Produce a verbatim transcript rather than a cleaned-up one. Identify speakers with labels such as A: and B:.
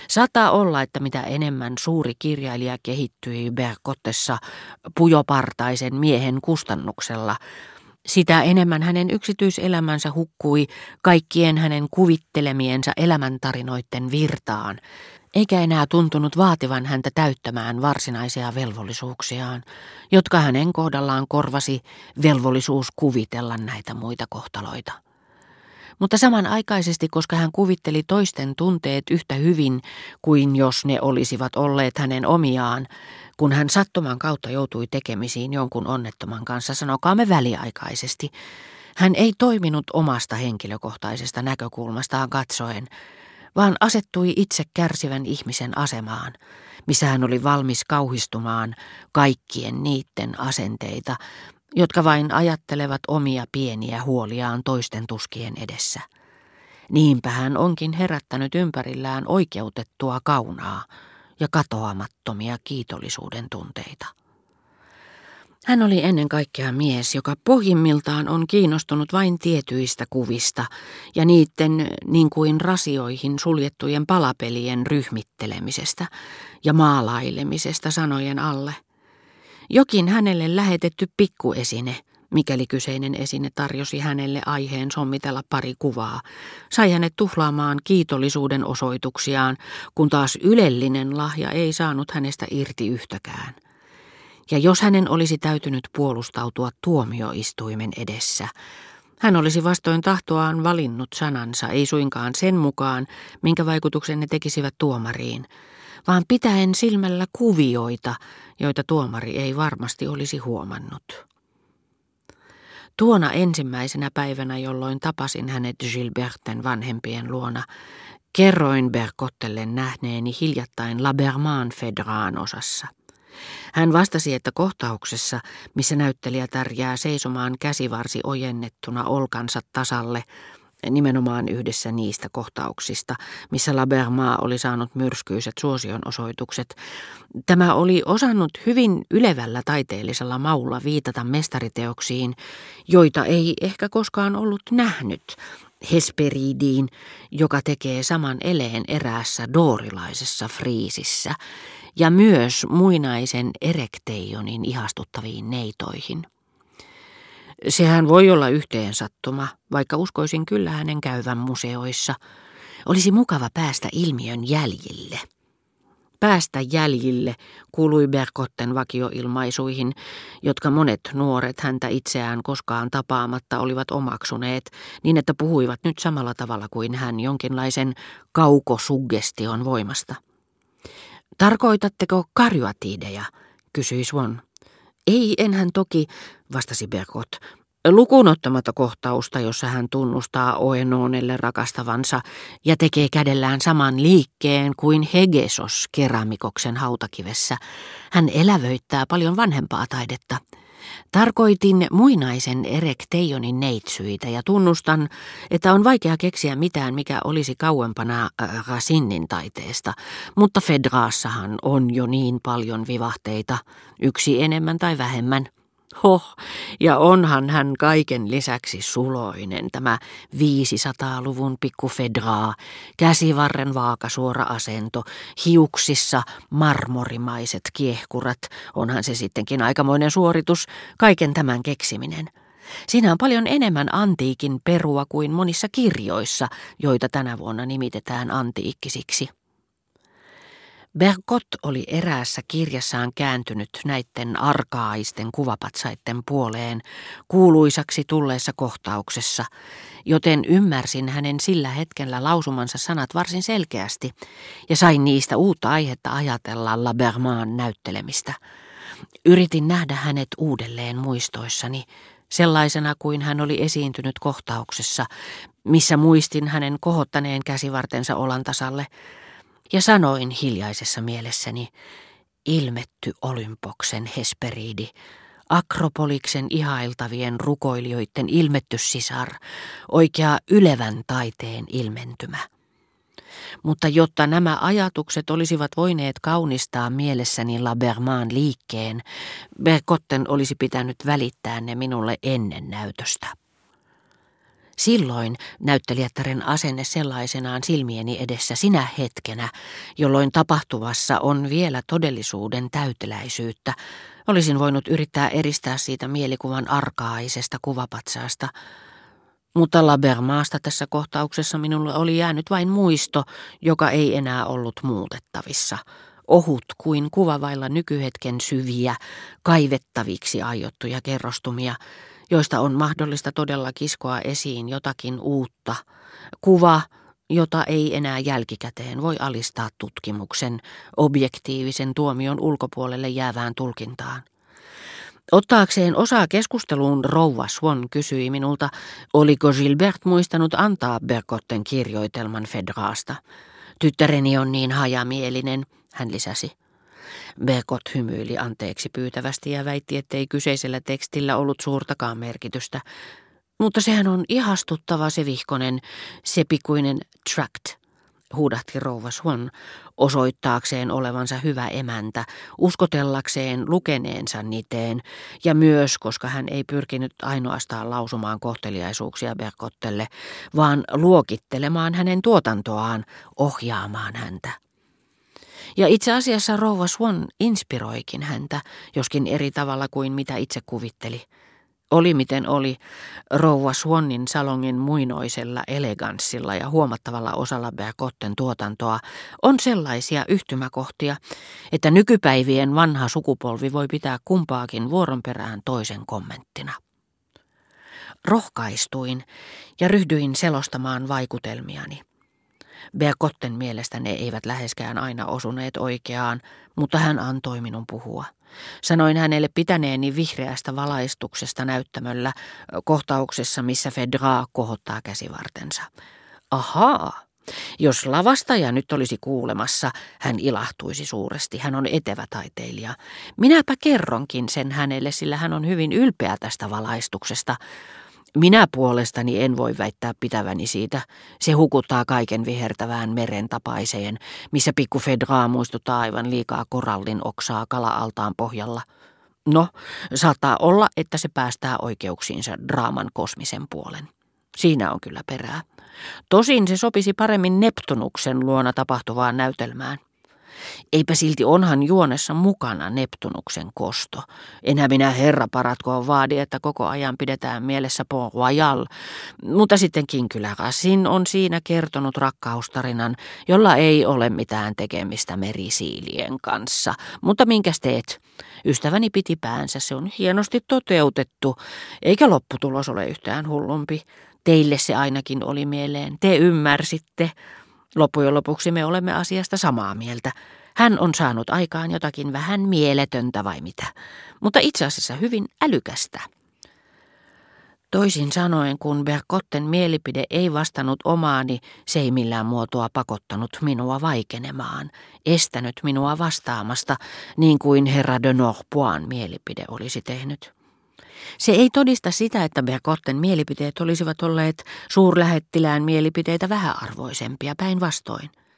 A: Saattaa olla, että mitä enemmän suuri kirjailija kehittyi Bergottessa pujopartaisen miehen kustannuksella, sitä enemmän hänen yksityiselämänsä hukkui kaikkien hänen kuvittelemiensa elämäntarinoiden virtaan, eikä enää tuntunut vaativan häntä täyttämään varsinaisia velvollisuuksiaan, jotka hänen kohdallaan korvasi velvollisuus kuvitella näitä muita kohtaloita. Mutta samanaikaisesti, koska hän kuvitteli toisten tunteet yhtä hyvin kuin jos ne olisivat olleet hänen omiaan, kun hän sattuman kautta joutui tekemisiin jonkun onnettoman kanssa, sanokaamme väliaikaisesti, hän ei toiminut omasta henkilökohtaisesta näkökulmastaan katsoen, vaan asettui itse kärsivän ihmisen asemaan, missä hän oli valmis kauhistumaan kaikkien niiden asenteita, jotka vain ajattelevat omia pieniä huoliaan toisten tuskien edessä. Niinpä hän onkin herättänyt ympärillään oikeutettua kaunaa ja katoamattomia kiitollisuuden tunteita. Hän oli ennen kaikkea mies, joka pohjimmiltaan on kiinnostunut vain tietyistä kuvista ja niiden niin kuin rasioihin suljettujen palapelien ryhmittelemisestä ja maalailemisesta sanojen alle. Jokin hänelle lähetetty pikkuesine, mikäli kyseinen esine tarjosi hänelle aiheen sommitella pari kuvaa, sai hänet tuhlaamaan kiitollisuuden osoituksiaan, kun taas ylellinen lahja ei saanut hänestä irti yhtäkään. Ja jos hänen olisi täytynyt puolustautua tuomioistuimen edessä, hän olisi vastoin tahtoaan valinnut sanansa, ei suinkaan sen mukaan, minkä vaikutuksen ne tekisivät tuomariin, vaan pitäen silmällä kuvioita, joita tuomari ei varmasti olisi huomannut. Tuona ensimmäisenä päivänä, jolloin tapasin hänet Gilberten vanhempien luona, kerroin Bergottelle nähneeni hiljattain Laberman Fedraan osassa. Hän vastasi, että kohtauksessa, missä näyttelijä tärjää seisomaan käsivarsi ojennettuna olkansa tasalle, nimenomaan yhdessä niistä kohtauksista, missä Laberma oli saanut myrskyiset suosionosoitukset, tämä oli osannut hyvin ylevällä taiteellisella maulla viitata mestariteoksiin, joita ei ehkä koskaan ollut nähnyt, Hesperidiin, joka tekee saman eleen eräässä doorilaisessa friisissä, ja myös muinaisen Erekteionin ihastuttaviin neitoihin. Sehän voi olla yhteensattuma, vaikka uskoisin kyllä hänen käyvän museoissa. Olisi mukava päästä ilmiön jäljille. Päästä jäljille kuului Bergotten vakioilmaisuihin, jotka monet nuoret häntä itseään koskaan tapaamatta olivat omaksuneet, niin että puhuivat nyt samalla tavalla kuin hän jonkinlaisen kaukosuggestion voimasta. Tarkoitatteko karyatideja, kysyi Swann. Ei, enhän toki, vastasi Bergot, lukuun ottamatta kohtausta, jossa hän tunnustaa Oenonelle rakastavansa ja tekee kädellään saman liikkeen kuin Hegesos keramikoksen hautakivessä. Hän elävöittää paljon vanhempaa taidetta. Tarkoitin muinaisen Erekteionin neitsyitä ja tunnustan, että on vaikea keksiä mitään, mikä olisi kauempana äh, Racinnin taiteesta, mutta Fedraassahan on jo niin paljon vivahteita, yksi enemmän tai vähemmän. Hoh, ja onhan hän kaiken lisäksi suloinen, tämä viisisataaluvun pikku Fedraa, käsivarren vaakasuora asento, hiuksissa marmorimaiset kiehkurat, onhan se sittenkin aikamoinen suoritus, kaiken tämän keksiminen. Siinä on paljon enemmän antiikin perua kuin monissa kirjoissa, joita tänä vuonna nimitetään antiikkisiksi. Bergot oli eräässä kirjassaan kääntynyt näiden arkaaisten kuvapatsaiden puoleen kuuluisaksi tulleessa kohtauksessa, joten ymmärsin hänen sillä hetkellä lausumansa sanat varsin selkeästi ja sain niistä uutta aihetta ajatella Laberman näyttelemistä. Yritin nähdä hänet uudelleen muistoissani, sellaisena kuin hän oli esiintynyt kohtauksessa, missä muistin hänen kohottaneen käsivartensa olan tasalle, ja sanoin hiljaisessa mielessäni, ilmetty Olympoksen Hesperidi, Akropoliksen ihailtavien rukoilijoiden ilmetty sisar, oikea ylevän taiteen ilmentymä. Mutta jotta nämä ajatukset olisivat voineet kaunistaa mielessäni Laberman liikkeen, Bergotten olisi pitänyt välittää ne minulle ennen näytöstä. Silloin näyttelijättären asenne sellaisenaan silmieni edessä sinä hetkenä, jolloin tapahtuvassa on vielä todellisuuden täyteläisyyttä, olisin voinut yrittää eristää siitä mielikuvan arkaaisesta kuvapatsaasta. Mutta Labermaasta tässä kohtauksessa minulle oli jäänyt vain muisto, joka ei enää ollut muutettavissa. Ohut kuin kuvavailla nykyhetken syviä, kaivettaviksi aiottuja kerrostumia, joista on mahdollista todella kiskoa esiin jotakin uutta. Kuva, jota ei enää jälkikäteen voi alistaa tutkimuksen, objektiivisen tuomion ulkopuolelle jäävään tulkintaan. Ottaakseen osaa keskusteluun rouva Swan kysyi minulta, oliko Gilbert muistanut antaa Bergotten kirjoitelman Fedraasta. Tyttäreni on niin hajamielinen, hän lisäsi. Bergot hymyili anteeksi pyytävästi ja väitti, ettei kyseisellä tekstillä ollut suurtakaan merkitystä. Mutta sehän on ihastuttava se vihkonen, se pikuinen tract, huudahti rouva Swan, osoittaakseen olevansa hyvä emäntä, uskotellakseen lukeneensa niteen, ja myös, koska hän ei pyrkinyt ainoastaan lausumaan kohteliaisuuksia Bergottelle, vaan luokittelemaan hänen tuotantoaan, ohjaamaan häntä. Ja itse asiassa rouva Swan inspiroikin häntä, joskin eri tavalla kuin mitä itse kuvitteli. Oli miten oli, rouva Swanin salongin muinoisella eleganssilla ja huomattavalla osalla Bergotten tuotantoa on sellaisia yhtymäkohtia, että nykypäivien vanha sukupolvi voi pitää kumpaakin vuoron perään toisen kommenttina. Rohkaistuin ja ryhdyin selostamaan vaikutelmiani. Bergotten mielestä ne eivät läheskään aina osuneet oikeaan, mutta hän antoi minun puhua. Sanoin hänelle pitäneeni vihreästä valaistuksesta näyttämöllä kohtauksessa, missä Fedra kohottaa käsivartensa. Ahaa, jos lavastaja nyt olisi kuulemassa, hän ilahtuisi suuresti. Hän on etevä taiteilija. Minäpä kerronkin sen hänelle, sillä hän on hyvin ylpeä tästä valaistuksesta. Minä puolestani en voi väittää pitäväni siitä. Se hukuttaa kaiken vihertävään meren tapaiseen, missä pikku Fedra muistuttaa aivan liikaa korallin oksaa kala-altaan pohjalla. No, saattaa olla, että se päästää oikeuksiinsa draaman kosmisen puolen. Siinä on kyllä perää. Tosin se sopisi paremmin Neptunuksen luona tapahtuvaan näytelmään. Eipä silti onhan juonessa mukana Neptunuksen kosto. Enhän minä herra paratkoon vaadi, että koko ajan pidetään mielessä Pont Royal, mutta sittenkin kyllä Racine on siinä kertonut rakkaustarinan, jolla ei ole mitään tekemistä merisiilien kanssa. Mutta minkäs teet? Ystäväni piti päänsä, se on hienosti toteutettu, eikä lopputulos ole yhtään hullumpi. Teille se ainakin oli mieleen, te ymmärsitte. Loppujen lopuksi me olemme asiasta samaa mieltä. Hän on saanut aikaan jotakin vähän mieletöntä vai mitä, mutta itse asiassa hyvin älykästä. Toisin sanoen, kun Bergotten mielipide ei vastannut omaani, se ei millään muotoa pakottanut minua vaikenemaan, estänyt minua vastaamasta, niin kuin herra de Norpoin mielipide olisi tehnyt. Se ei todista sitä, että Bergotten mielipiteet olisivat olleet suurlähettilään mielipiteitä vähäarvoisempia päinvastoin.